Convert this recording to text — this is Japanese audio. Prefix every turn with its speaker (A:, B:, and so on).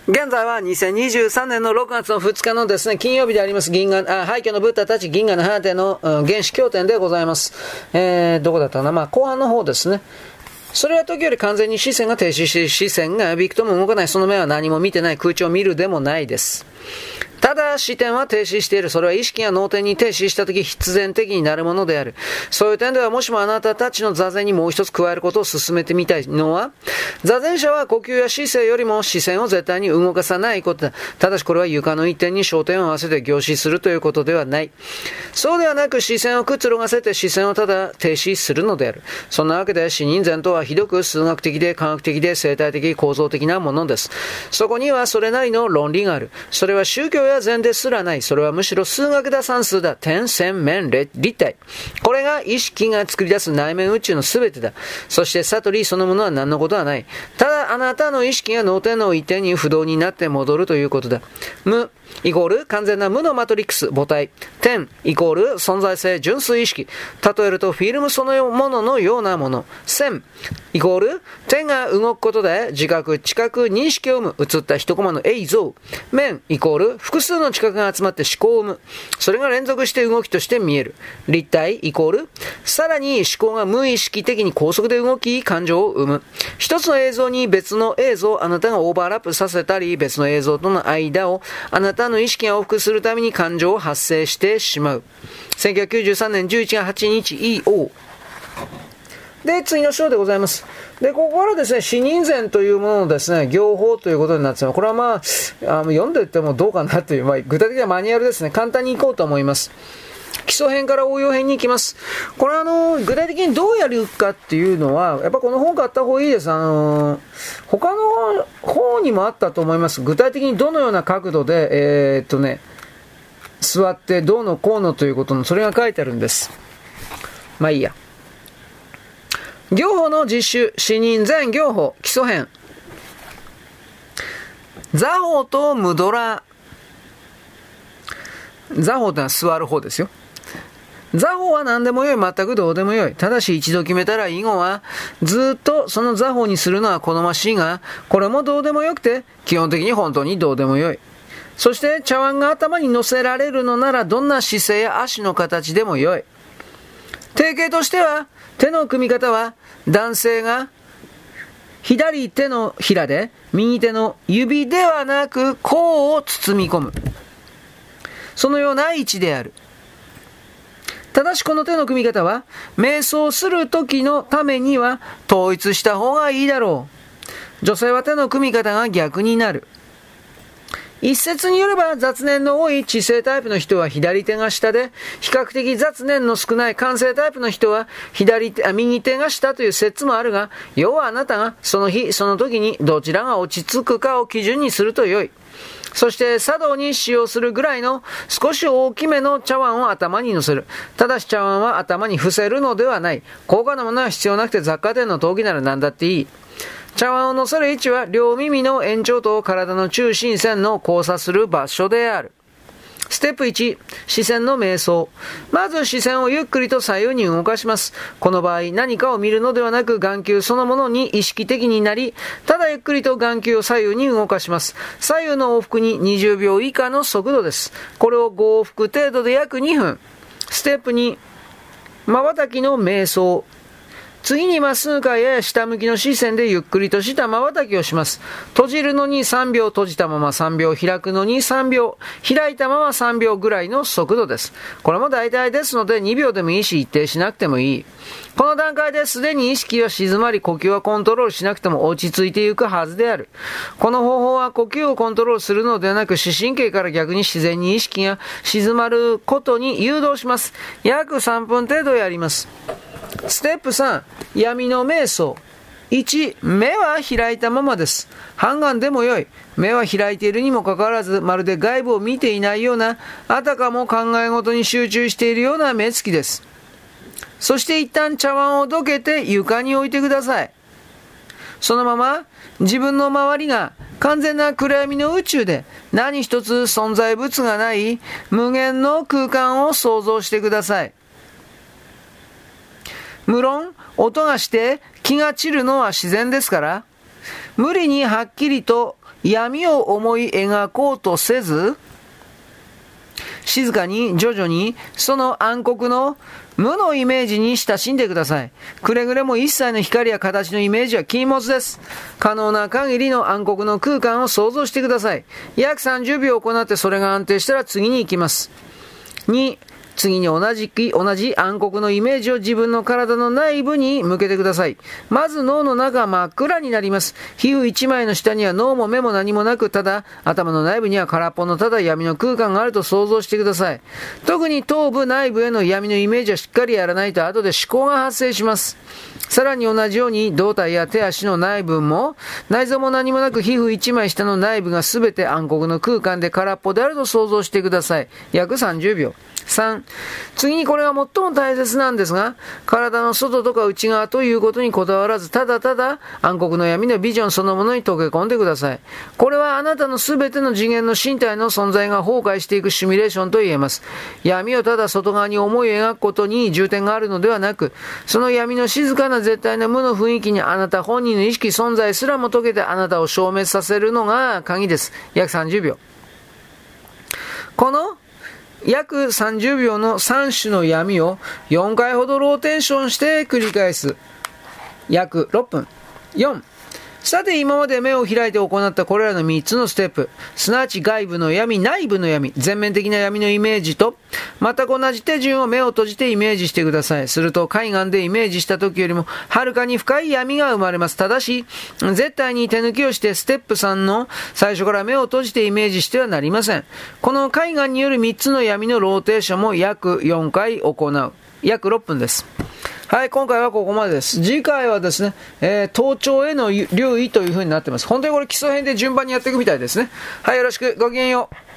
A: 現在は2023年の6月の2日のですね、金曜日であります、廃墟のブッダたち銀河の果ての原始経典でございます。どこだったかな、後半の方ですね。それは時より完全に視線が停止して、視線がびくとも動かない、その目は何も見てない、空中を見るでもないです。ただ視点は停止している。それは意識が脳天に停止したとき必然的になるものである。そういう点ではもしもあなたたちの座禅にもう一つ加えることを進めてみたいのは、座禅者は呼吸や姿勢よりも視線を絶対に動かさないことだ。ただしこれは床の一点に焦点を合わせて凝視するということではない。そうではなく視線をくつろがせて視線をただ停止するのである。そんなわけで視認禅とはひどく数学的で科学的で生態的構造的なものです。そこにはそれなりの論理がある。それは宗教や禅ですらない。それはむしろ数学だ、算数だ、点線面立体。これが意識が作り出す内面宇宙のすべてだ。そして悟りそのものは何のことはない。ただあなたの意識が脳天の一点に不動になって戻るということだ。無イコール完全な無のマトリックス母体。点イコール存在性純粋意識。例えるとフィルムそのもののようなもの。線イコール点が動くことで自覚知覚認識を生む。映った一コマの映像。面イコール複数の知覚が集まって思考を生む。それが連続して動きとして見える。立体イコールさらに思考が無意識的に高速で動き感情を生む。一つの映像に別の映像をあなたがオーバーラップさせたり、別の映像との間をあなたの意識が往復するために感情を発生してしまう。1993年11月8日 EO で、次の章でございます。で、ここからですね、視認禅というもののですね、行法ということになってしまう。これは読んでいってもどうかなという、具体的なマニュアルですね。簡単にいこうと思います。基礎編から応用編に行きます。これは具体的にどうやるかっていうのは、やっぱこの本買った方がいいです。他の方にもあったと思います。具体的にどのような角度で、座ってどうのこうのということの、それが書いてあるんです。まあいいや。行法の実習、視認禅行法、基礎編。座法と無ドラ。座法というのは座る方ですよ。座法は何でもよい、全くどうでもよい。ただし一度決めたら以後は、ずっとその座法にするのは好ましいが、これもどうでもよくて、基本的に本当にどうでもよい。そして茶碗が頭に乗せられるのなら、どんな姿勢や足の形でもよい。定型としては、手の組み方は、男性が左手のひらで、右手の指ではなく、甲を包み込む。そのような位置である。ただしこの手の組み方は、瞑想する時のためには統一した方がいいだろう。女性は手の組み方が逆になる。一説によれば雑念の多い知性タイプの人は左手が下で、比較的雑念の少ない感性タイプの人は右手が下という説もあるが、要はあなたがその日その時にどちらが落ち着くかを基準にすると良い。そして茶道に使用するぐらいの少し大きめの茶碗を頭に乗せる。ただし茶碗は頭に伏せるのではない。高価なものは必要なくて雑貨店の陶器なら何だっていい。茶碗を乗せる位置は両耳の延長と体の中心線の交差する場所である。ステップ1、視線の瞑想。まず視線をゆっくりと左右に動かします。この場合、何かを見るのではなく眼球そのものに意識的になり、ただゆっくりと眼球を左右に動かします。左右の往復に20秒以下の速度です。これを5往復程度で約2分。ステップ2、瞬きの瞑想。次にまっすぐかやや下向きの視線でゆっくりとした瞬きをします。閉じるのに3秒、閉じたまま3秒、開くのに3秒、開いたまま3秒ぐらいの速度です。これも大体ですので2秒でもいいし一定しなくてもいい。この段階ですでに意識は静まり呼吸はコントロールしなくても落ち着いていくはずである。この方法は呼吸をコントロールするのではなく視神経から逆に自然に意識が静まることに誘導します。約3分程度やります。ステップ3、闇の瞑想。1、目は開いたままです。半眼でもよい。目は開いているにもかかわらず、まるで外部を見ていないような、あたかも考え事に集中しているような目つきです。そして一旦茶碗をどけて床に置いてください。そのまま、自分の周りが完全な暗闇の宇宙で何一つ存在物がない無限の空間を想像してください。無論、音がして気が散るのは自然ですから、 無理にはっきりと闇を思い描こうとせず、静かに徐々にその暗黒の無のイメージに親しんでください。くれぐれも一切の光や形のイメージは禁物です。可能な限りの暗黒の空間を想像してください。約30秒行ってそれが安定したら次に行きます。2、次に同じ暗黒のイメージを自分の体の内部に向けてください。まず脳の中は真っ暗になります。皮膚一枚の下には脳も目も何もなく、ただ頭の内部には空っぽのただ闇の空間があると想像してください。特に頭部内部への闇のイメージはしっかりやらないと後で思考が発生します。さらに同じように胴体や手足の内部も内臓も何もなく皮膚一枚下の内部がすべて暗黒の空間で空っぽであると想像してください。約30秒。3、次にこれが最も大切なんですが、体の外とか内側ということにこだわらず、ただただ暗黒の闇のビジョンそのものに溶け込んでください。これはあなたのすべての次元の身体の存在が崩壊していくシミュレーションと言えます。闇をただ外側に思い描くことに重点があるのではなく、その闇の静かな絶対な無の雰囲気にあなた本人の意識存在すらも溶けてあなたを消滅させるのが鍵です。約30秒。この約30秒の3種の闇を4回ほどローテーションして繰り返す。約6分。4、さて今まで目を開いて行ったこれらの3つのステップ、すなわち外部の闇、内部の闇、全面的な闇のイメージと、全く同じ手順を目を閉じてイメージしてください。すると海岸でイメージした時よりもはるかに深い闇が生まれます。ただし、絶対に手抜きをしてステップ3の最初から目を閉じてイメージしてはなりません。この海岸による3つの闇のローテーションも約4回行う。約6分です。はい、今回はここまでです。次回はですね、頭頂への留意という風になってます。本当にこれ基礎編で順番にやっていくみたいですね。はい、よろしく。ごきげんよう。